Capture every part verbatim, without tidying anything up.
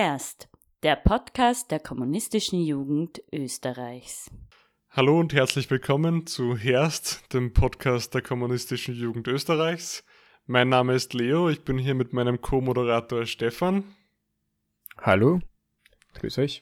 Herst, der Podcast der Kommunistischen Jugend Österreichs. Hallo und herzlich willkommen zu Herst, dem Podcast der Kommunistischen Jugend Österreichs. Mein Name ist Leo, ich bin hier mit meinem Co-Moderator Stefan. Hallo, grüß euch.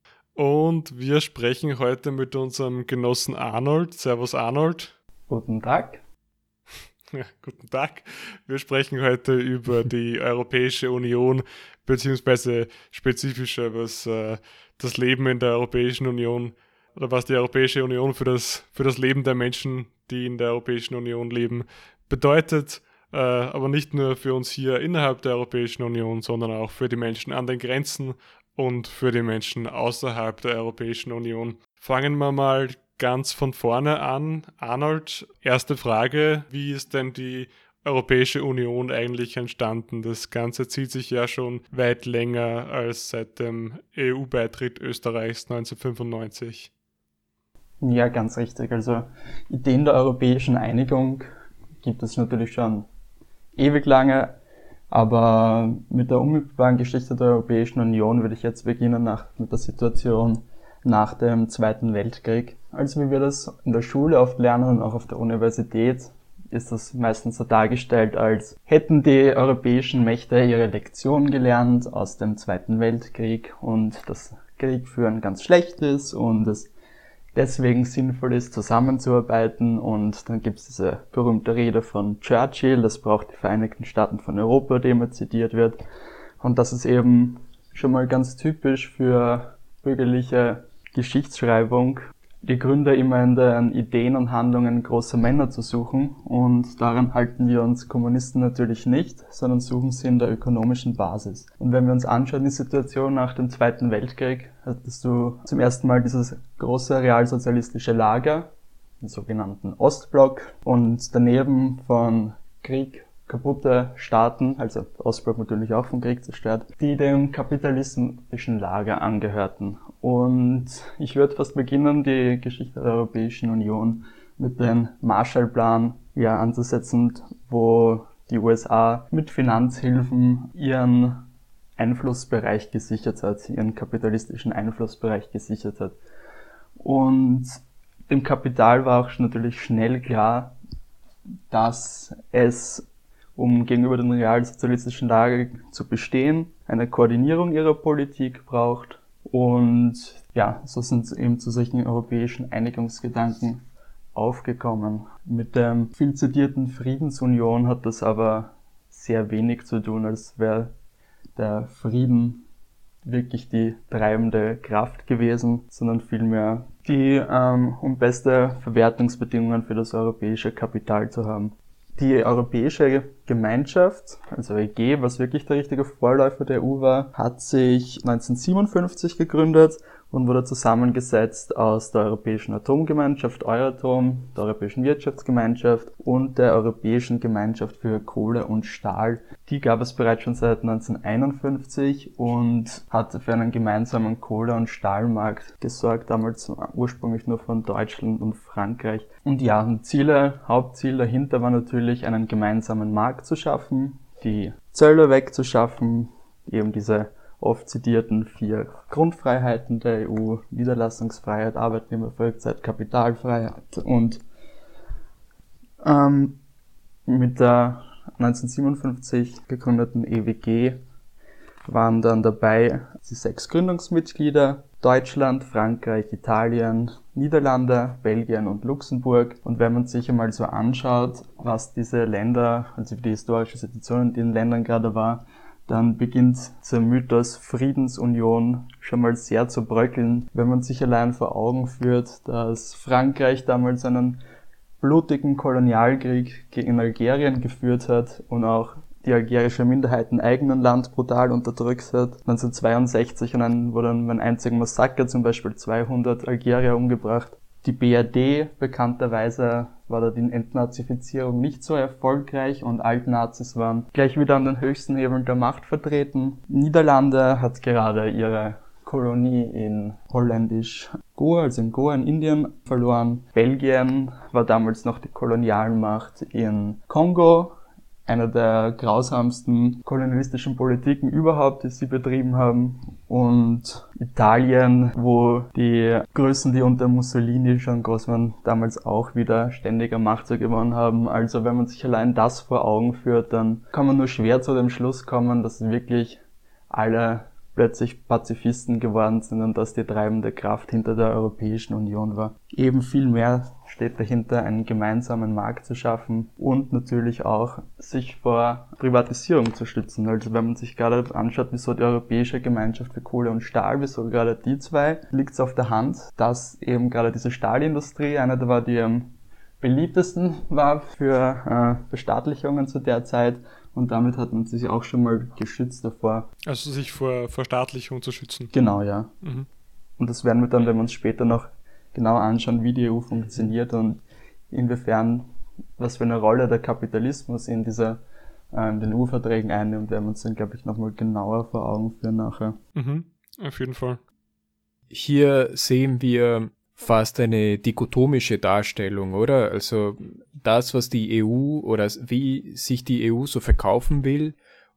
Und wir sprechen heute mit unserem Genossen Arnold. Servus Arnold. Guten Tag. Ja, guten Tag. Wir sprechen heute über die Europäische Union, beziehungsweise spezifischer, was äh, das Leben in der Europäischen Union oder was die Europäische Union für das, für das Leben der Menschen, die in der Europäischen Union leben, bedeutet. Äh, aber nicht nur für uns hier innerhalb der Europäischen Union, sondern auch für die Menschen an den Grenzen und für die Menschen außerhalb der Europäischen Union. Fangen wir mal ganz von vorne an. Arnold, erste Frage, wie ist denn die Europäische Union eigentlich entstanden? Das Ganze zieht sich ja schon weit länger als seit dem E U-Beitritt Österreichs neunzehnhundertfünfundneunzig. Ja, ganz richtig. Also Ideen der europäischen Einigung gibt es natürlich schon ewig lange, aber mit der unmittelbaren Geschichte der Europäischen Union würde ich jetzt beginnen nach, mit der Situation nach dem Zweiten Weltkrieg. Also wie wir das in der Schule oft lernen und auch auf der Universität, ist das meistens so dargestellt, als hätten die europäischen Mächte ihre Lektion gelernt aus dem Zweiten Weltkrieg und dass Kriegführen ganz schlecht ist und es deswegen sinnvoll ist, zusammenzuarbeiten. Und dann gibt es diese berühmte Rede von Churchill, das braucht die Vereinigten Staaten von Europa, die immer zitiert wird. Und das ist eben schon mal ganz typisch für bürgerliche Geschichtsschreibung, die Gründe immer in den Ideen und Handlungen großer Männer zu suchen. Und daran halten wir uns Kommunisten natürlich nicht, sondern suchen sie in der ökonomischen Basis. Und wenn wir uns anschauen, die Situation nach dem Zweiten Weltkrieg, hattest du zum ersten Mal dieses große realsozialistische Lager, den sogenannten Ostblock, und daneben von Krieg kaputte Staaten, also der Ostblock natürlich auch vom Krieg zerstört, die dem kapitalistischen Lager angehörten. Und ich würde fast beginnen, die Geschichte der Europäischen Union mit dem Marshallplan ja, anzusetzen, wo die U S A mit Finanzhilfen ihren Einflussbereich gesichert hat, ihren kapitalistischen Einflussbereich gesichert hat. Und dem Kapital war auch natürlich schnell klar, dass es, um gegenüber dem realsozialistischen Lager zu bestehen, eine Koordinierung ihrer Politik braucht. Und ja, so sind sie eben zu solchen europäischen Einigungsgedanken aufgekommen. Mit der viel zitierten Friedensunion hat das aber sehr wenig zu tun, als wäre der Frieden wirklich die treibende Kraft gewesen, sondern vielmehr die, ähm, um beste Verwertungsbedingungen für das europäische Kapital zu haben. Die Europäische Gemeinschaft, also E G, was wirklich der richtige Vorläufer der E U war, hat sich neunzehnhundertsiebenundfünfzig gegründet und wurde zusammengesetzt aus der Europäischen Atomgemeinschaft Euratom, der Europäischen Wirtschaftsgemeinschaft und der Europäischen Gemeinschaft für Kohle und Stahl. Die gab es bereits schon seit neunzehnhunderteinundfünfzig und hatte für einen gemeinsamen Kohle- und Stahlmarkt gesorgt, damals ursprünglich nur von Deutschland und Frankreich. Und ja, Ziele, Hauptziel dahinter war natürlich, einen gemeinsamen Markt zu schaffen, die Zölle wegzuschaffen, eben diese oft zitierten vier Grundfreiheiten der E U, Niederlassungsfreiheit, Arbeitnehmervolkszeit, Kapitalfreiheit. Und ähm, mit der neunzehnhundertsiebenundfünfzig gegründeten E W G waren dann dabei die sechs Gründungsmitglieder: Deutschland, Frankreich, Italien, Niederlande, Belgien und Luxemburg. Und wenn man sich einmal so anschaut, was diese Länder, also die historische Situation in den Ländern gerade war, dann beginnt der Mythos Friedensunion schon mal sehr zu bröckeln, wenn man sich allein vor Augen führt, dass Frankreich damals einen blutigen Kolonialkrieg gegen Algerien geführt hat und auch die algerische Minderheit im eigenen Land brutal unterdrückt hat. neunzehnhundertzweiundsechzig und dann wurde ein einziger Massaker, zum Beispiel zweihundert Algerier umgebracht. Die B R D, bekannterweise, war da die Entnazifizierung nicht so erfolgreich und Altnazis waren gleich wieder an den höchsten Hebeln der Macht vertreten. Niederlande hat gerade ihre Kolonie in holländisch Goa, also in Goa in Indien, verloren. Belgien war damals noch die Kolonialmacht in Kongo. eine der grausamsten kolonialistischen Politiken überhaupt, die sie betrieben haben. Und Italien, wo die Größen, die unter Mussolini schon groß waren, damals auch wieder ständiger Macht gewonnen haben. Also wenn man sich allein das vor Augen führt, dann kann man nur schwer zu dem Schluss kommen, dass wirklich alle plötzlich Pazifisten geworden sind und dass die treibende Kraft hinter der Europäischen Union war. Eben viel mehr steht dahinter, einen gemeinsamen Markt zu schaffen und natürlich auch sich vor Privatisierung zu schützen. Also wenn man sich gerade anschaut, wieso die Europäische Gemeinschaft für Kohle und Stahl, wieso gerade die zwei, liegt es auf der Hand, dass eben gerade diese Stahlindustrie eine der war, die am beliebtesten war für äh, Verstaatlichungen zu der Zeit. Und damit hat man sich auch schon mal geschützt davor. Also sich vor Verstaatlichung zu schützen. Genau, ja. Mhm. Und das werden wir dann, wenn wir uns später noch genau anschauen, wie die E U funktioniert und inwiefern, was für eine Rolle der Kapitalismus in dieser, äh, in den E U-Verträgen einnimmt, werden wir uns dann, glaube ich, nochmal genauer vor Augen führen nachher. Mhm. Auf jeden Fall. Hier sehen wir fast eine dichotomische Darstellung, oder? Also das, was die E U oder wie sich die E U so verkaufen will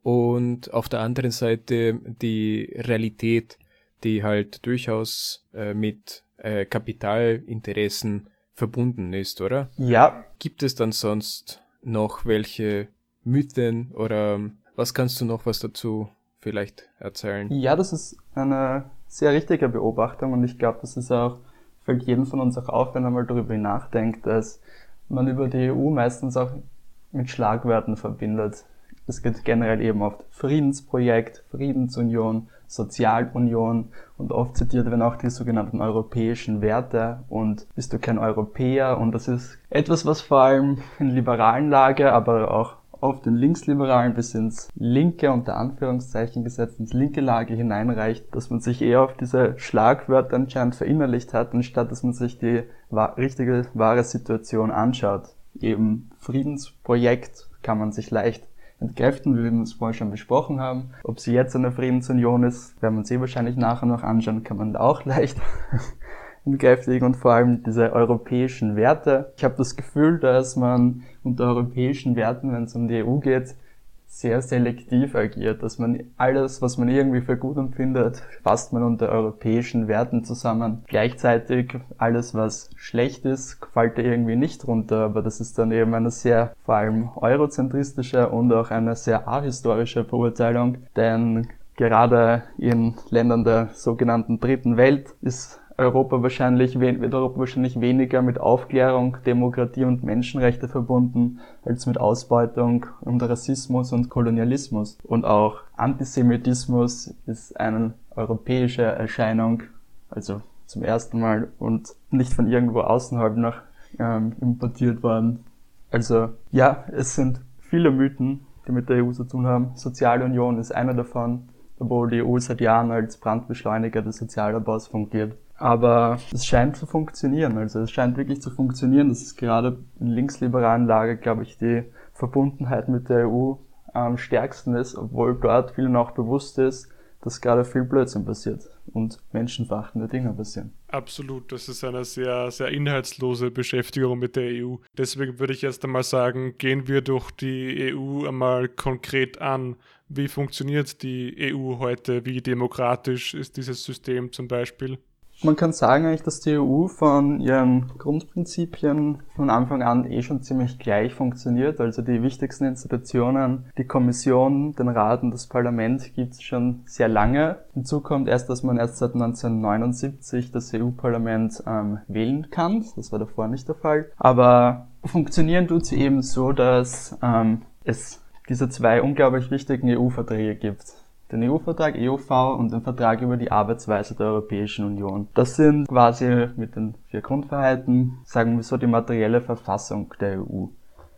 und auf der anderen Seite die Realität, die halt durchaus äh, mit äh, Kapitalinteressen verbunden ist, oder? Ja. Gibt es dann sonst noch welche Mythen oder was kannst du noch was dazu vielleicht erzählen? Ja, das ist eine sehr richtige Beobachtung und ich glaube, das ist auch fällt jedem von uns auch auf, wenn er mal darüber nachdenkt, dass man über die E U meistens auch mit Schlagwörtern verbindet. Es geht generell eben oft Friedensprojekt, Friedensunion, Sozialunion und oft zitiert werden auch die sogenannten europäischen Werte und bist du kein Europäer, und das ist etwas, was vor allem in liberalen Lager, aber auch oft in linksliberalen bis ins linke, unter Anführungszeichen gesetzt, ins linke Lager hineinreicht, dass man sich eher auf diese Schlagwörter anscheinend verinnerlicht hat, anstatt dass man sich die wa- richtige, wahre Situation anschaut. Eben Friedensprojekt kann man sich leicht entkräften, wie wir es vorher schon besprochen haben. Ob sie jetzt eine Friedensunion ist, werden wir uns eh wahrscheinlich nachher noch anschauen, kann man auch leicht entkräftigen, und vor allem diese europäischen Werte. Ich habe das Gefühl, dass man unter europäischen Werten, wenn es um die E U geht, sehr selektiv agiert, dass man alles, was man irgendwie für gut empfindet, fasst man unter europäischen Werten zusammen. Gleichzeitig alles, was schlecht ist, fällt da irgendwie nicht runter, aber das ist dann eben eine sehr, vor allem eurozentristische und auch eine sehr ahistorische Beurteilung, denn gerade in Ländern der sogenannten Dritten Welt ist Europa wahrscheinlich, wird Europa wahrscheinlich weniger mit Aufklärung, Demokratie und Menschenrechte verbunden, als mit Ausbeutung und Rassismus und Kolonialismus. Und auch Antisemitismus ist eine europäische Erscheinung, also zum ersten Mal, und nicht von irgendwo außerhalb noch ähm, importiert worden. Also ja, es sind viele Mythen, die mit der E U zu tun haben. Sozialunion ist einer davon, obwohl die E U seit Jahren als Brandbeschleuniger des Sozialabbaus fungiert. Aber es scheint zu funktionieren, also es scheint wirklich zu funktionieren. Das ist gerade im linksliberalen Lager, glaube ich, die Verbundenheit mit der E U am stärksten ist, obwohl dort vielen auch bewusst ist, dass gerade viel Blödsinn passiert und menschenverachtende Dinge passieren. Absolut, das ist eine sehr, sehr inhaltslose Beschäftigung mit der E U. Deswegen würde ich erst einmal sagen, gehen wir durch die E U einmal konkret an. Wie funktioniert die E U heute? Wie demokratisch ist dieses System zum Beispiel? Man kann sagen eigentlich, dass die E U von ihren Grundprinzipien von Anfang an eh schon ziemlich gleich funktioniert. Also die wichtigsten Institutionen, die Kommission, den Rat und das Parlament gibt es schon sehr lange. Hinzu kommt erst, dass man erst seit neunzehnhundertneunundsiebzig das E U-Parlament ähm, wählen kann. Das war davor nicht der Fall. Aber funktionieren tut sie eben so, dass ähm, es diese zwei unglaublich wichtigen E U-Verträge gibt. Den E U-Vertrag E U V und den Vertrag über die Arbeitsweise der Europäischen Union. Das sind quasi mit den vier Grundfreiheiten, sagen wir so, die materielle Verfassung der E U.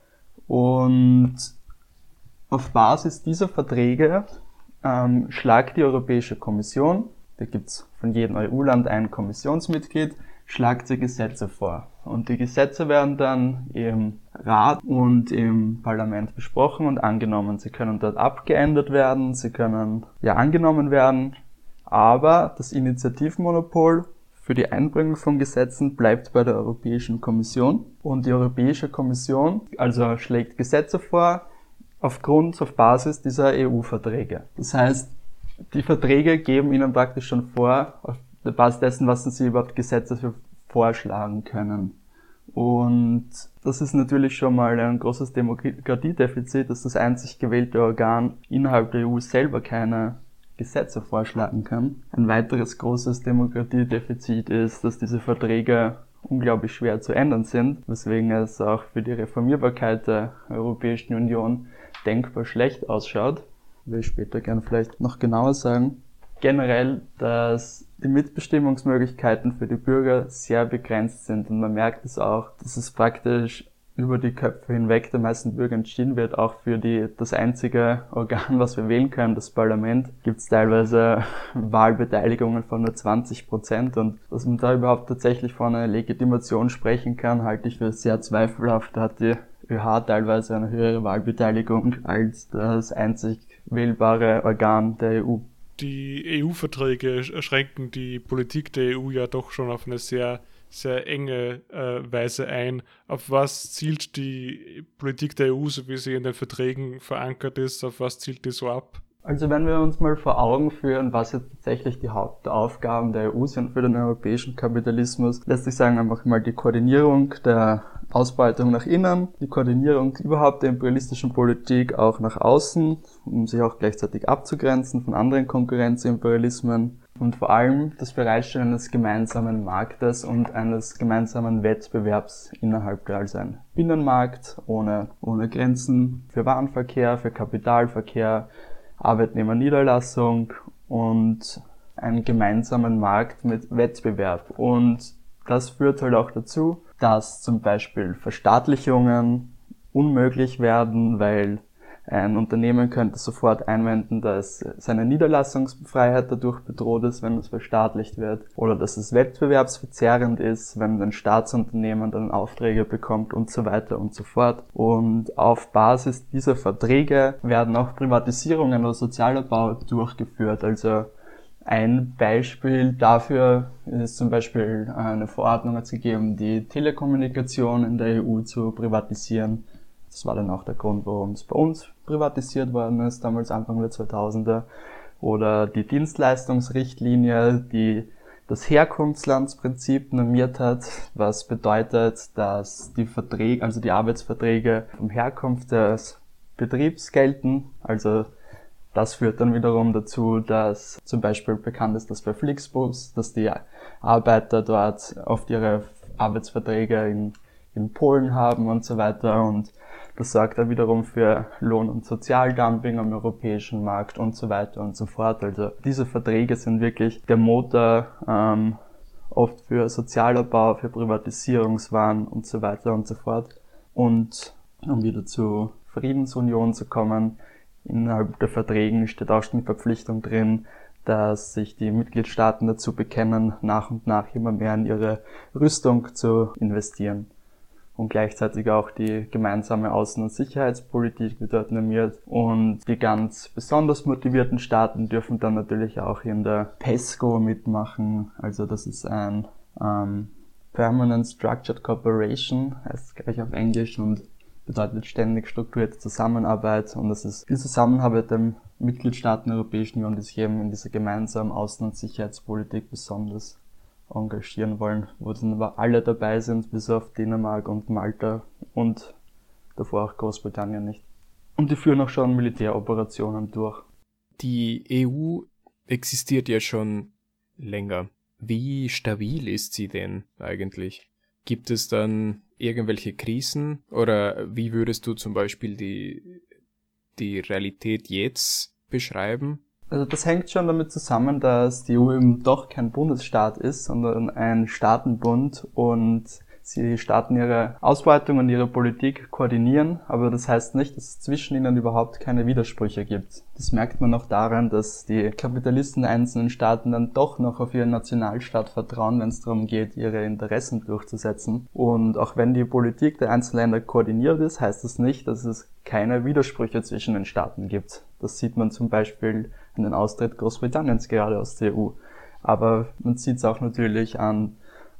Und auf Basis dieser Verträge ähm, schlagt die Europäische Kommission, da gibt's von jedem E U-Land ein Kommissionsmitglied, schlagt sie Gesetze vor. Und die Gesetze werden dann im Rat und im Parlament besprochen und angenommen. Sie können dort abgeändert werden, sie können ja angenommen werden, aber das Initiativmonopol für die Einbringung von Gesetzen bleibt bei der Europäischen Kommission. Und die Europäische Kommission also schlägt Gesetze vor, aufgrund, auf Basis dieser E U-Verträge. Das heißt, die Verträge geben ihnen praktisch schon vor, auf der Basis dessen, was sie überhaupt Gesetze für vorschlagen können. Und das ist natürlich schon mal ein großes Demokratiedefizit, dass das einzig gewählte Organ innerhalb der E U selber keine Gesetze vorschlagen kann. Ein weiteres großes Demokratiedefizit ist, dass diese Verträge unglaublich schwer zu ändern sind, weswegen es auch für die Reformierbarkeit der Europäischen Union denkbar schlecht ausschaut. Will ich später gerne vielleicht noch genauer sagen. Generell, dass die Mitbestimmungsmöglichkeiten für die Bürger sehr begrenzt sind und man merkt es auch, dass es praktisch über die Köpfe hinweg der meisten Bürger entschieden wird. Auch für die das einzige Organ, was wir wählen können, das Parlament, gibt es teilweise Wahlbeteiligungen von nur zwanzig Prozent und dass man da überhaupt tatsächlich von einer Legitimation sprechen kann, halte ich für sehr zweifelhaft. Da hat die ÖH teilweise eine höhere Wahlbeteiligung als das einzig wählbare Organ der E U. Die E U-Verträge schränken die Politik der E U ja doch schon auf eine sehr, sehr enge äh, Weise ein. Auf was zielt die Politik der E U, so wie sie in den Verträgen verankert ist, auf was zielt die so ab? Also wenn wir uns mal vor Augen führen, was jetzt tatsächlich die Hauptaufgaben der E U sind für den europäischen Kapitalismus, lässt sich sagen einfach mal die Koordinierung der Ausbeutung nach innen, die Koordinierung überhaupt der imperialistischen Politik auch nach außen, um sich auch gleichzeitig abzugrenzen von anderen Konkurrenzimperialismen und vor allem das Bereitstellen eines gemeinsamen Marktes und eines gemeinsamen Wettbewerbs innerhalb der, also ein Binnenmarkt ohne, ohne Grenzen für Warenverkehr, für Kapitalverkehr, Arbeitnehmerniederlassung und einen gemeinsamen Markt mit Wettbewerb. Und das führt halt auch dazu, dass zum Beispiel Verstaatlichungen unmöglich werden, weil ein Unternehmen könnte sofort einwenden, dass seine Niederlassungsfreiheit dadurch bedroht ist, wenn es verstaatlicht wird, oder dass es wettbewerbsverzerrend ist, wenn ein Staatsunternehmen dann Aufträge bekommt und so weiter und so fort. Und auf Basis dieser Verträge werden auch Privatisierungen oder Sozialabbau durchgeführt. Also ein Beispiel dafür ist zum Beispiel eine Verordnung hat es gegeben, die Telekommunikation in der E U zu privatisieren. Das war dann auch der Grund, warum es bei uns privatisiert worden ist, damals Anfang der zweitausender. Oder die Dienstleistungsrichtlinie, die das Herkunftslandsprinzip normiert hat, was bedeutet, dass die Verträge, also die Arbeitsverträge vom Herkunft des Betriebs gelten. Also das führt dann wiederum dazu, dass zum Beispiel bekannt ist, dass bei Flixbus, dass die Arbeiter dort oft ihre Arbeitsverträge in, in Polen haben und so weiter. Und das sorgt dann wiederum für Lohn- und Sozialdumping am europäischen Markt und so weiter und so fort. Also diese Verträge sind wirklich der Motor ähm, oft für Sozialabbau, für Privatisierungswahn und so weiter und so fort. Und um wieder zur Friedensunion zu kommen, innerhalb der Verträgen steht auch schon die Verpflichtung drin, dass sich die Mitgliedstaaten dazu bekennen, nach und nach immer mehr in ihre Rüstung zu investieren. Und gleichzeitig auch die gemeinsame Außen- und Sicherheitspolitik wird dort normiert. Und die ganz besonders motivierten Staaten dürfen dann natürlich auch in der PESCO mitmachen. Also das ist ein ähm, Permanent Structured Cooperation, heißt gleich auf Englisch, und bedeutet ständig strukturierte Zusammenarbeit. Und das ist die Zusammenarbeit der Mitgliedstaaten der Europäischen Union, die sich eben in dieser gemeinsamen Außen- und Sicherheitspolitik besonders engagieren wollen, wo dann aber alle dabei sind, bis auf Dänemark und Malta und davor auch Großbritannien nicht. Und die führen auch schon Militäroperationen durch. Die E U existiert ja schon länger. Wie stabil ist sie denn eigentlich? Gibt es dann irgendwelche Krisen oder wie würdest du zum Beispiel die, die Realität jetzt beschreiben? Also das hängt schon damit zusammen, dass die E U eben doch kein Bundesstaat ist, sondern ein Staatenbund und sie Staaten ihre Ausbeutung und ihre Politik koordinieren, aber das heißt nicht, dass es zwischen ihnen überhaupt keine Widersprüche gibt. Das merkt man auch daran, dass die Kapitalisten der einzelnen Staaten dann doch noch auf ihren Nationalstaat vertrauen, wenn es darum geht, ihre Interessen durchzusetzen. Und auch wenn die Politik der einzelnen Länder koordiniert ist, heißt das nicht, dass es keine Widersprüche zwischen den Staaten gibt. Das sieht man zum Beispiel an den Austritt Großbritanniens gerade aus der E U. Aber man sieht es auch natürlich an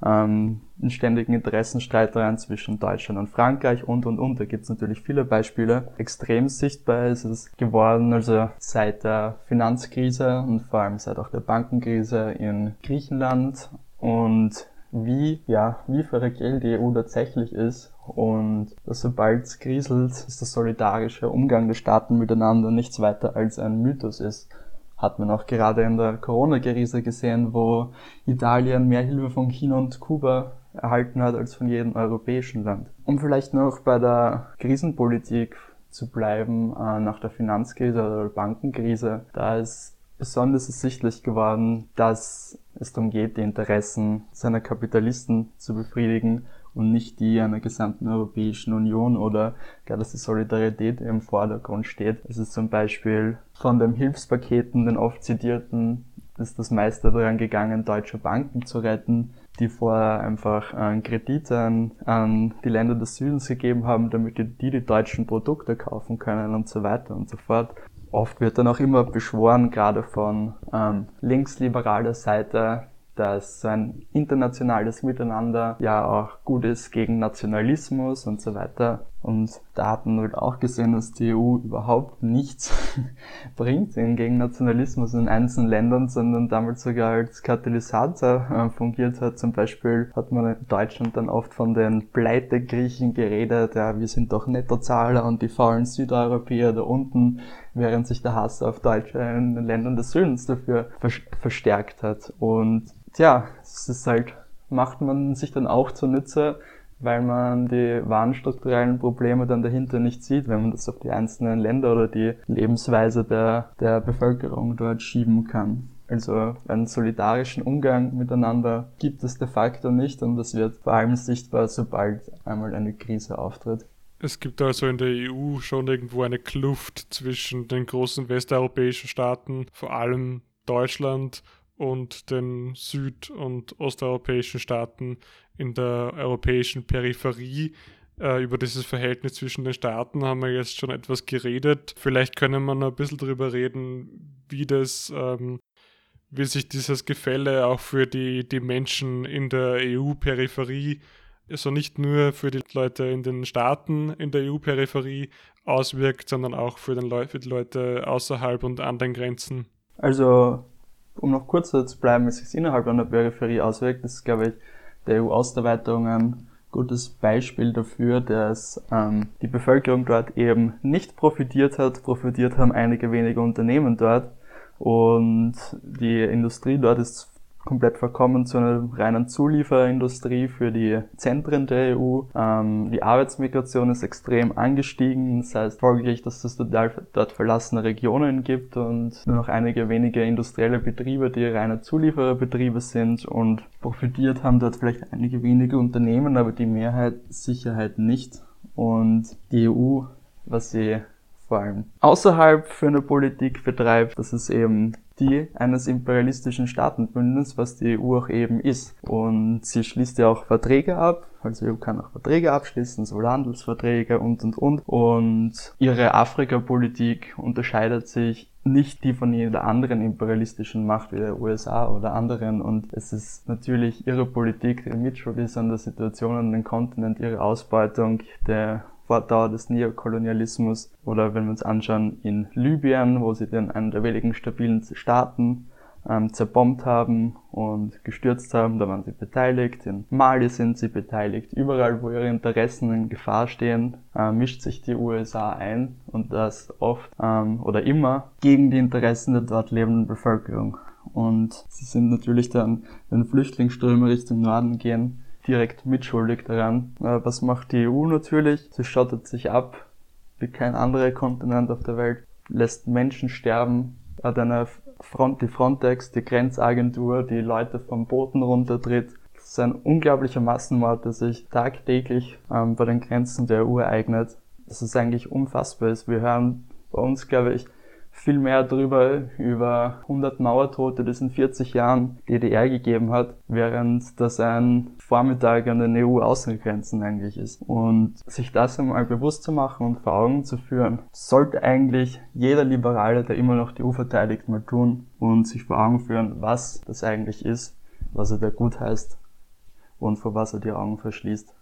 ähm, in ständigen Interessenstreit rein zwischen Deutschland und Frankreich und und und. Da gibt es natürlich viele Beispiele. Extrem sichtbar ist es geworden, also seit der Finanzkrise und vor allem seit auch der Bankenkrise in Griechenland und wie, ja, wie fragil die E U tatsächlich ist und dass sobald es kriselt, ist der solidarische Umgang der Staaten miteinander nichts weiter als ein Mythos ist. Hat man auch gerade in der Corona-Krise gesehen, wo Italien mehr Hilfe von China und Kuba erhalten hat als von jedem europäischen Land. Um vielleicht noch bei der Krisenpolitik zu bleiben, äh, nach der Finanzkrise oder der Bankenkrise, da ist besonders ersichtlich geworden, dass es darum geht, die Interessen seiner Kapitalisten zu befriedigen und nicht die einer gesamten Europäischen Union oder gar, dass die Solidarität im Vordergrund steht. Es ist zum Beispiel von den Hilfspaketen, den oft zitierten, ist das meiste daran gegangen, deutsche Banken zu retten, die vorher einfach äh, Kredite an, an die Länder des Südens gegeben haben, damit die, die die deutschen Produkte kaufen können und so weiter und so fort. Oft wird dann auch immer beschworen, gerade von ähm, linksliberaler Seite, dass so ein internationales Miteinander ja auch gut ist gegen Nationalismus und so weiter. Und da hat man halt auch gesehen, dass die E U überhaupt nichts bringt gegen Nationalismus in einzelnen Ländern, sondern damals sogar als Katalysator äh, fungiert hat. Zum Beispiel hat man in Deutschland dann oft von den Pleite-Griechen geredet, ja, wir sind doch Nettozahler und die faulen Südeuropäer da unten, während sich der Hass auf Deutsche in den Ländern des Südens dafür vers- verstärkt hat. Und tja, es ist halt, macht man sich dann auch zunutze, weil man die wahren strukturellen Probleme dann dahinter nicht sieht, wenn man das auf die einzelnen Länder oder die Lebensweise der, der Bevölkerung dort schieben kann. Also einen solidarischen Umgang miteinander gibt es de facto nicht und das wird vor allem sichtbar, sobald einmal eine Krise auftritt. Es gibt also in der E U schon irgendwo eine Kluft zwischen den großen westeuropäischen Staaten, vor allem Deutschland, und den süd- und osteuropäischen Staaten in der europäischen Peripherie. Äh, über dieses Verhältnis zwischen den Staaten haben wir jetzt schon etwas geredet. Vielleicht können wir noch ein bisschen darüber reden, wie das, ähm, wie sich dieses Gefälle auch für die, die Menschen in der E U-Peripherie, also nicht nur für die Leute in den Staaten in der E U-Peripherie auswirkt, sondern auch für, den Leu- für die Leute außerhalb und an den Grenzen. Also um noch kurzer zu bleiben, wie es sich innerhalb einer Peripherie auswirkt, ist, glaube ich, der E U-Osterweiterung ein gutes Beispiel dafür, dass ähm, die Bevölkerung dort eben nicht profitiert hat. Profitiert haben einige wenige Unternehmen dort und die Industrie dort ist komplett verkommen zu einer reinen Zulieferindustrie für die Zentren der E U. Ähm, die Arbeitsmigration ist extrem angestiegen. Das heißt folglich, dass es total dort verlassene Regionen gibt und nur noch einige wenige industrielle Betriebe, die reine Zuliefererbetriebe sind, und profitiert haben dort vielleicht einige wenige Unternehmen, aber die Mehrheit Sicherheit nicht. Und die E U, was sie vor allem außerhalb für eine Politik betreibt, das ist eben die eines imperialistischen Staatenbündnisses, was die E U auch eben ist. Und sie schließt ja auch Verträge ab, also die E U kann auch Verträge abschließen, so Handelsverträge und und und. Und ihre Afrikapolitik unterscheidet sich nicht die von jeder anderen imperialistischen Macht wie der U S A oder anderen. Und es ist natürlich ihre Politik, die mitschuld ist an der Situation an dem Kontinent, ihre Ausbeutung, der Fortdauer des Neokolonialismus, oder wenn wir uns anschauen in Libyen, wo sie dann einen der wenigen stabilen Staaten ähm, zerbombt haben und gestürzt haben, da waren sie beteiligt. In Mali sind sie beteiligt. Überall, wo ihre Interessen in Gefahr stehen, äh, mischt sich die U S A ein, und das oft ähm, oder immer gegen die Interessen der dort lebenden Bevölkerung. Und sie sind natürlich dann, wenn Flüchtlingsströme Richtung Norden gehen, direkt mitschuldig daran. Was macht die E U natürlich? Sie schottet sich ab, wie kein anderer Kontinent auf der Welt, lässt Menschen sterben, hat eine Front, die Frontex, die Grenzagentur, die Leute vom Booten runtertritt. Das ist ein unglaublicher Massenmord, der sich tagtäglich ähm, bei den Grenzen der E U ereignet. Das ist eigentlich unfassbar. Wir hören bei uns, glaube ich, viel mehr drüber, über hundert Mauertote, die es in vierzig Jahren D D R gegeben hat, während das ein Vormittag an den E U-Außengrenzen eigentlich ist. Und sich das einmal bewusst zu machen und vor Augen zu führen, sollte eigentlich jeder Liberale, der immer noch die E U verteidigt, mal tun und sich vor Augen führen, was das eigentlich ist, was er da gut heißt und vor was er die Augen verschließt.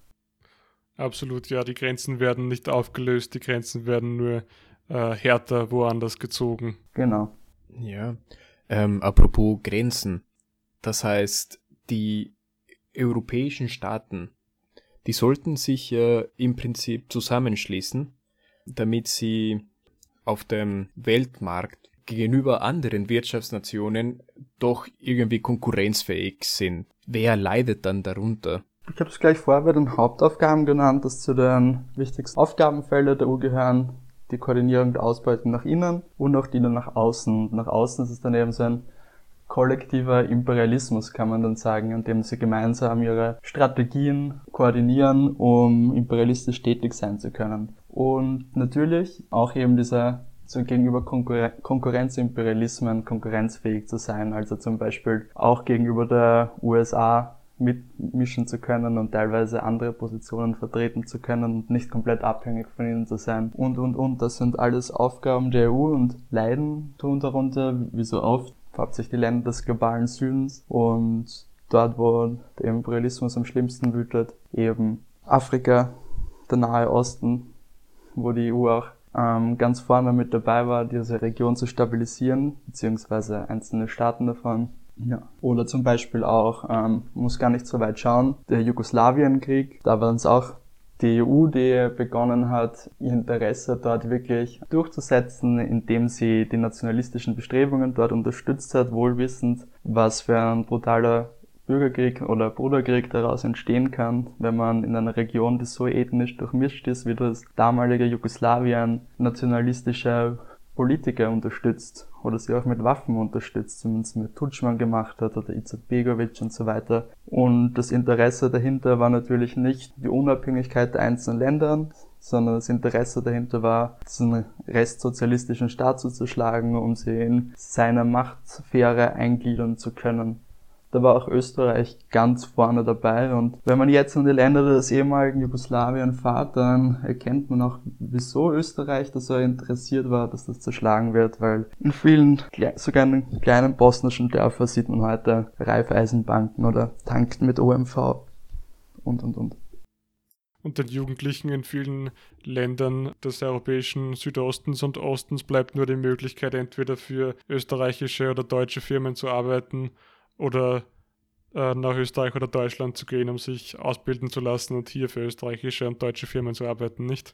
Absolut, ja, die Grenzen werden nicht aufgelöst, die Grenzen werden nur äh, härter woanders gezogen. Genau. Ja, ähm, apropos Grenzen. Das heißt, die europäischen Staaten, die sollten sich ja im Prinzip zusammenschließen, damit sie auf dem Weltmarkt gegenüber anderen Wirtschaftsnationen doch irgendwie konkurrenzfähig sind. Wer leidet dann darunter? Ich habe es gleich vorher bei den Hauptaufgaben genannt, dass zu den wichtigsten Aufgabenfeldern der E U gehören die Koordinierung der Ausbeutung nach innen und auch die dann nach außen. Und nach außen ist es dann eben so ein kollektiver Imperialismus, kann man dann sagen, in dem sie gemeinsam ihre Strategien koordinieren, um imperialistisch tätig sein zu können. Und natürlich auch eben dieser so gegenüber Konkurren- Konkurrenzimperialismen konkurrenzfähig zu sein, also zum Beispiel auch gegenüber der U S A mitmischen zu können und teilweise andere Positionen vertreten zu können und nicht komplett abhängig von ihnen zu sein. Und, und, und. Das sind alles Aufgaben der E U und leiden tun darunter, wie so oft, hauptsächlich die Länder des globalen Südens und dort, wo der Imperialismus am schlimmsten wütet, eben Afrika, der Nahe Osten, wo die E U auch ähm, ganz vorne mit dabei war, diese Region zu stabilisieren, beziehungsweise einzelne Staaten davon. Ja. Oder zum Beispiel auch, ähm, muss gar nicht so weit schauen, der Jugoslawienkrieg, da war es auch die E U, die begonnen hat, ihr Interesse dort wirklich durchzusetzen, indem sie die nationalistischen Bestrebungen dort unterstützt hat, wohlwissend, was für ein brutaler Bürgerkrieg oder Bruderkrieg daraus entstehen kann, wenn man in einer Region, die so ethnisch durchmischt ist, wie das damalige Jugoslawien, nationalistische Politiker unterstützt oder sie auch mit Waffen unterstützt, zumindest mit Tudjman gemacht hat oder Izetbegovic und so weiter. Und das Interesse dahinter war natürlich nicht die Unabhängigkeit der einzelnen Länder, sondern das Interesse dahinter war, diesen restsozialistischen Staat zuzuschlagen, um sie in seiner Machtsphäre eingliedern zu können. Da war auch Österreich ganz vorne dabei und wenn man jetzt an die Länder des ehemaligen Jugoslawien fährt, dann erkennt man auch, wieso Österreich da so interessiert war, dass das zerschlagen wird, weil in vielen, sogar in kleinen bosnischen Dörfern sieht man heute Raiffeisenbanken oder tankt mit O M V und und und. Und den Jugendlichen in vielen Ländern des europäischen Südostens und Ostens bleibt nur die Möglichkeit, entweder für österreichische oder deutsche Firmen zu arbeiten oder äh, nach Österreich oder Deutschland zu gehen, um sich ausbilden zu lassen und hier für österreichische und deutsche Firmen zu arbeiten, nicht?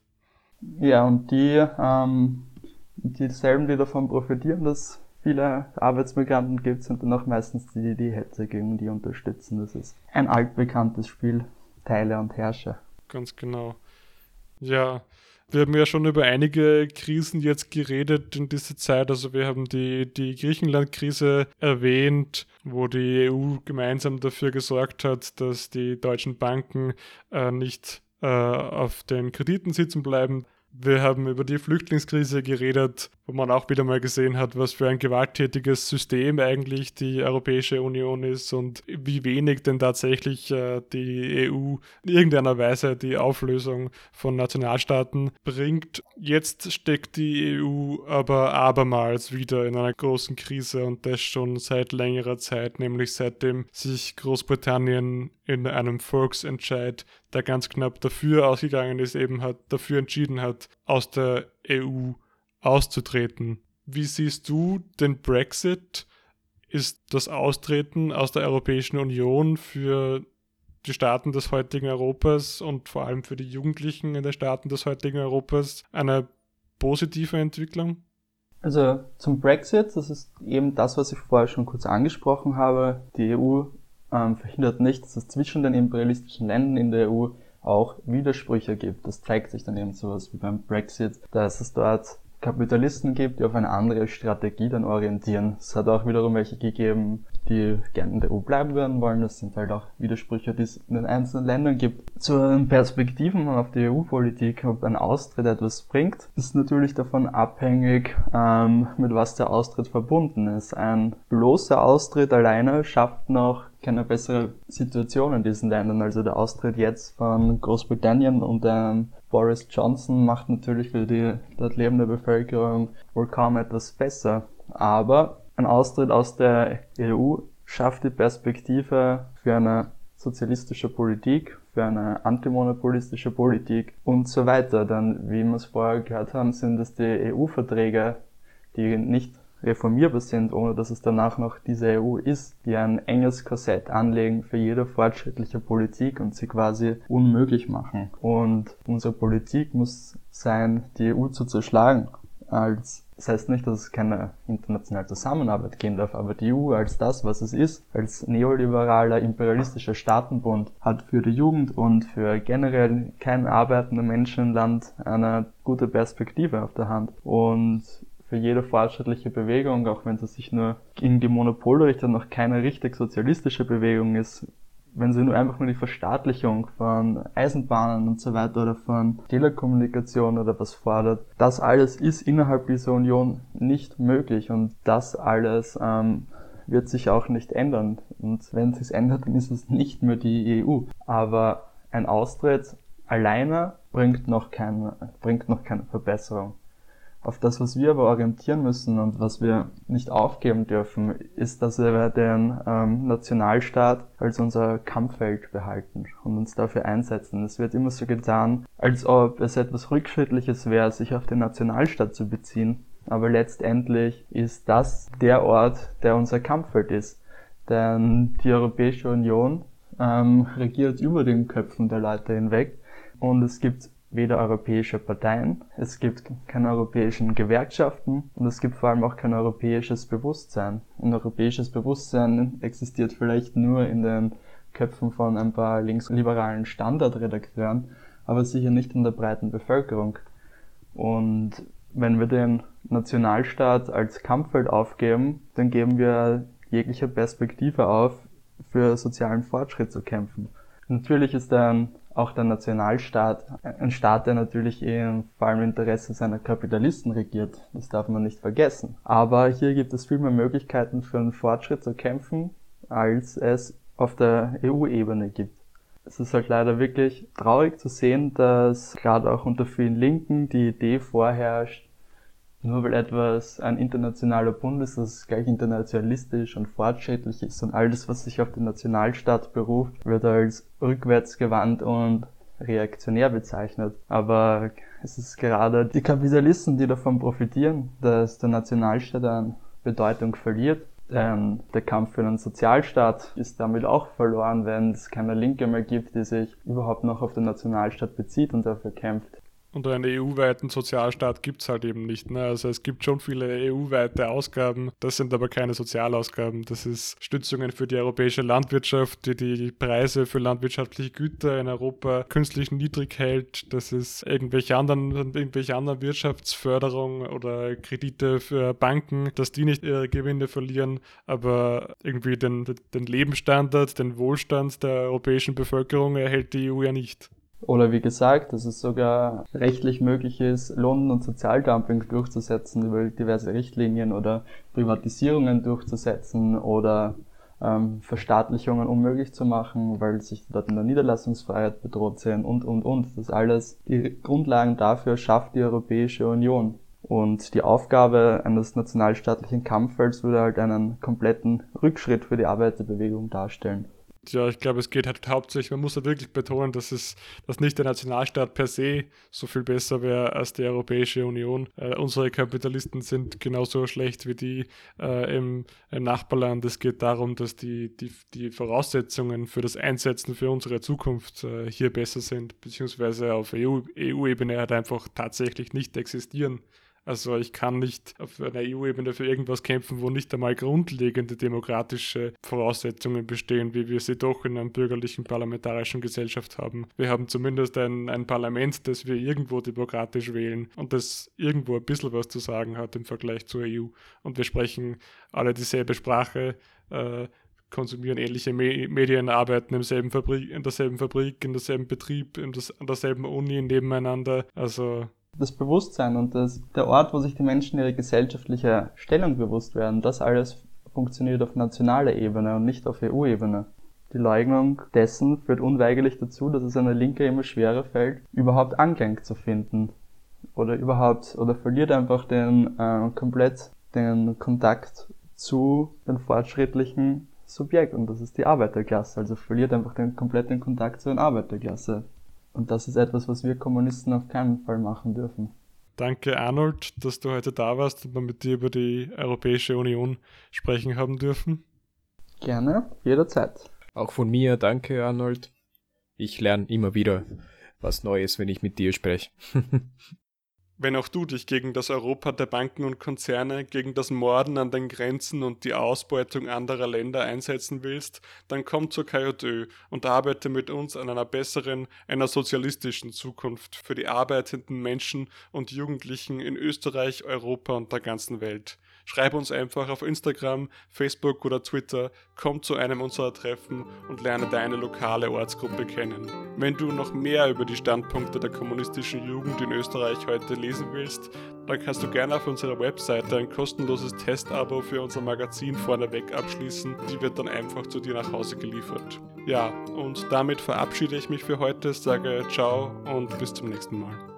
Ja, und die, ähm, dieselben, die davon profitieren, dass viele Arbeitsmigranten gibt, sind dann auch meistens die, die Hetze gegen die unterstützen. Das ist ein altbekanntes Spiel, Teile und Herrsche. Ganz genau. Ja, wir haben ja schon über einige Krisen jetzt geredet in dieser Zeit. Also wir haben die, die Griechenland-Krise erwähnt, wo die E U gemeinsam dafür gesorgt hat, dass die deutschen Banken äh, nicht äh, auf den Krediten sitzen bleiben. Wir haben über die Flüchtlingskrise geredet, wo man auch wieder mal gesehen hat, was für ein gewalttätiges System eigentlich die Europäische Union ist und wie wenig denn tatsächlich äh, die E U in irgendeiner Weise die Auflösung von Nationalstaaten bringt. Jetzt steckt die E U aber abermals wieder in einer großen Krise und das schon seit längerer Zeit, nämlich seitdem sich Großbritannien in einem Volksentscheid, der ganz knapp dafür ausgegangen ist, eben hat dafür entschieden hat, aus der E U auszutreten. Wie siehst du den Brexit? Ist das Austreten aus der Europäischen Union für die Staaten des heutigen Europas und vor allem für die Jugendlichen in den Staaten des heutigen Europas eine positive Entwicklung? Also zum Brexit, das ist eben das, was ich vorher schon kurz angesprochen habe. Die E U ähm, verhindert nicht, dass es zwischen den imperialistischen Ländern in der E U auch Widersprüche gibt. Das zeigt sich dann eben sowas wie beim Brexit, dass es dort Kapitalisten gibt, die auf eine andere Strategie dann orientieren. Es hat auch wiederum welche gegeben, die gerne in der E U bleiben werden wollen. Das sind halt auch Widersprüche, die es in den einzelnen Ländern gibt. Zu den Perspektiven auf die E U-Politik, ob ein Austritt etwas bringt, ist natürlich davon abhängig, ähm, mit was der Austritt verbunden ist. Ein bloßer Austritt alleine schafft noch keine bessere Situation in diesen Ländern. Also der Austritt jetzt von Großbritannien und ähm, Boris Johnson macht natürlich für die dort lebende Bevölkerung wohl kaum etwas besser. Aber ein Austritt aus der E U schafft die Perspektive für eine sozialistischer Politik, für eine antimonopolistische Politik und so weiter. Dann, wie wir es vorher gehört haben, sind es die E U-Verträge, die nicht reformierbar sind, ohne dass es danach noch diese E U ist, die ein enges Korsett anlegen für jede fortschrittliche Politik und sie quasi unmöglich machen. Und unsere Politik muss sein, die E U zu zerschlagen. Als, das heißt nicht, dass es keine internationale Zusammenarbeit geben darf, aber die E U als das, was es ist, als neoliberaler, imperialistischer Staatenbund, hat für die Jugend und für generell kein arbeitender Menschen im Land eine gute Perspektive auf der Hand. Und für jede fortschrittliche Bewegung, auch wenn sie sich nur gegen die Monopole richtet, noch keine richtig sozialistische Bewegung ist, wenn sie nur einfach nur die Verstaatlichung von Eisenbahnen und so weiter oder von Telekommunikation oder was fordert, das alles ist innerhalb dieser Union nicht möglich und das alles ähm, wird sich auch nicht ändern. Und wenn es sich ändert, dann ist es nicht mehr die E U. Aber ein Austritt alleine bringt noch keine, bringt noch keine Verbesserung. Auf das, was wir aber orientieren müssen und was wir nicht aufgeben dürfen, ist, dass wir den ähm, Nationalstaat als unser Kampffeld behalten und uns dafür einsetzen. Es wird immer so getan, als ob es etwas Rückschrittliches wäre, sich auf den Nationalstaat zu beziehen. Aber letztendlich ist das der Ort, der unser Kampffeld ist. Denn die Europäische Union ähm, regiert über den Köpfen der Leute hinweg und es gibt weder europäische Parteien, es gibt keine europäischen Gewerkschaften und es gibt vor allem auch kein europäisches Bewusstsein. Ein europäisches Bewusstsein existiert vielleicht nur in den Köpfen von ein paar linksliberalen Standardredakteuren, aber sicher nicht in der breiten Bevölkerung. Und wenn wir den Nationalstaat als Kampffeld aufgeben, dann geben wir jegliche Perspektive auf, für sozialen Fortschritt zu kämpfen. Natürlich ist dann auch der Nationalstaat ein Staat, der natürlich im vor allem Interesse seiner Kapitalisten regiert. Das darf man nicht vergessen. Aber hier gibt es viel mehr Möglichkeiten für einen Fortschritt zu kämpfen, als es auf der E U-Ebene gibt. Es ist halt leider wirklich traurig zu sehen, dass gerade auch unter vielen Linken die Idee vorherrscht, nur weil etwas ein internationaler Bund ist, dass es gleich internationalistisch und fortschrittlich ist und alles, was sich auf den Nationalstaat beruft, wird als rückwärtsgewandt und reaktionär bezeichnet. Aber es ist gerade die Kapitalisten, die davon profitieren, dass der Nationalstaat an Bedeutung verliert. Denn der Kampf für einen Sozialstaat ist damit auch verloren, wenn es keine Linke mehr gibt, die sich überhaupt noch auf den Nationalstaat bezieht und dafür kämpft. Und einen E U-weiten Sozialstaat gibt es halt eben nicht. Ne? Also es gibt schon viele E U-weite Ausgaben, das sind aber keine Sozialausgaben. Das ist Stützungen für die europäische Landwirtschaft, die die Preise für landwirtschaftliche Güter in Europa künstlich niedrig hält. Das ist irgendwelche anderen, irgendwelche anderen Wirtschaftsförderung oder Kredite für Banken, dass die nicht ihre Gewinne verlieren, aber irgendwie den, den Lebensstandard, den Wohlstand der europäischen Bevölkerung erhält die E U ja nicht. Oder wie gesagt, dass es sogar rechtlich möglich ist, Lohn- und Sozialdumping durchzusetzen über diverse Richtlinien oder Privatisierungen durchzusetzen oder ähm, Verstaatlichungen unmöglich zu machen, weil sich dort in der Niederlassungsfreiheit bedroht sehen und, und, und. Das alles, die Grundlagen dafür schafft die Europäische Union. Und die Aufgabe eines nationalstaatlichen Kampffelds würde halt einen kompletten Rückschritt für die Arbeiterbewegung darstellen. Ja, ich glaube, es geht halt hauptsächlich, man muss da wirklich betonen, dass es, dass nicht der Nationalstaat per se so viel besser wäre als die Europäische Union. Äh, unsere Kapitalisten sind genauso schlecht wie die äh, im, im Nachbarland. Es geht darum, dass die, die, die Voraussetzungen für das Einsetzen für unsere Zukunft äh, hier besser sind, beziehungsweise auf E U, E U-Ebene halt einfach tatsächlich nicht existieren. Also ich kann nicht auf einer E U-Ebene für irgendwas kämpfen, wo nicht einmal grundlegende demokratische Voraussetzungen bestehen, wie wir sie doch in einer bürgerlichen parlamentarischen Gesellschaft haben. Wir haben zumindest ein, ein Parlament, das wir irgendwo demokratisch wählen und das irgendwo ein bisschen was zu sagen hat im Vergleich zur E U. Und wir sprechen alle dieselbe Sprache, äh, konsumieren ähnliche Me- Medien, arbeiten im selben Fabrik, in derselben Fabrik, in derselben Betrieb, in das, an derselben Uni nebeneinander. Also das Bewusstsein und das, der Ort, wo sich die Menschen ihre gesellschaftliche Stellung bewusst werden, das alles funktioniert auf nationaler Ebene und nicht auf E U-Ebene. Die Leugnung dessen führt unweigerlich dazu, dass es einer Linke immer schwerer fällt, überhaupt Anklang zu finden. Oder überhaupt, oder verliert einfach den, äh, komplett den Kontakt zu den fortschrittlichen Subjekt und das ist die Arbeiterklasse, also verliert einfach den kompletten Kontakt zur Arbeiterklasse. Und das ist etwas, was wir Kommunisten auf keinen Fall machen dürfen. Danke Arnold, dass du heute da warst und wir mit dir über die Europäische Union sprechen haben dürfen. Gerne, jederzeit. Auch von mir, danke Arnold. Ich lerne immer wieder was Neues, wenn ich mit dir spreche. Wenn auch du dich gegen das Europa der Banken und Konzerne, gegen das Morden an den Grenzen und die Ausbeutung anderer Länder einsetzen willst, dann komm zur K J Ö und arbeite mit uns an einer besseren, einer sozialistischen Zukunft für die arbeitenden Menschen und Jugendlichen in Österreich, Europa und der ganzen Welt. Schreib uns einfach auf Instagram, Facebook oder Twitter, komm zu einem unserer Treffen und lerne deine lokale Ortsgruppe kennen. Wenn du noch mehr über die Standpunkte der kommunistischen Jugend in Österreich heute lesen willst, dann kannst du gerne auf unserer Webseite ein kostenloses Testabo für unser Magazin vorneweg abschließen. Die wird dann einfach zu dir nach Hause geliefert. Ja, und damit verabschiede ich mich für heute, sage ciao und bis zum nächsten Mal.